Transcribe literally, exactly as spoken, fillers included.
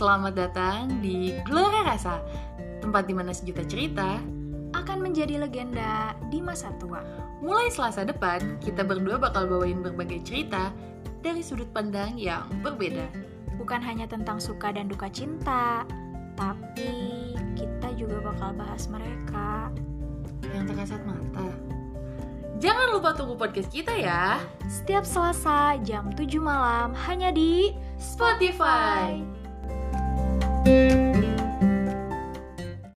Selamat datang di Gelora Rasa, tempat di mana sejuta cerita akan menjadi legenda di masa tua. Mulai Selasa depan, kita berdua bakal bawain berbagai cerita dari sudut pandang yang berbeda. Bukan hanya tentang suka dan duka cinta, tapi kita juga bakal bahas mereka yang terkasat mata. Jangan lupa tunggu podcast kita ya. Setiap Selasa jam tujuh malam hanya di Spotify.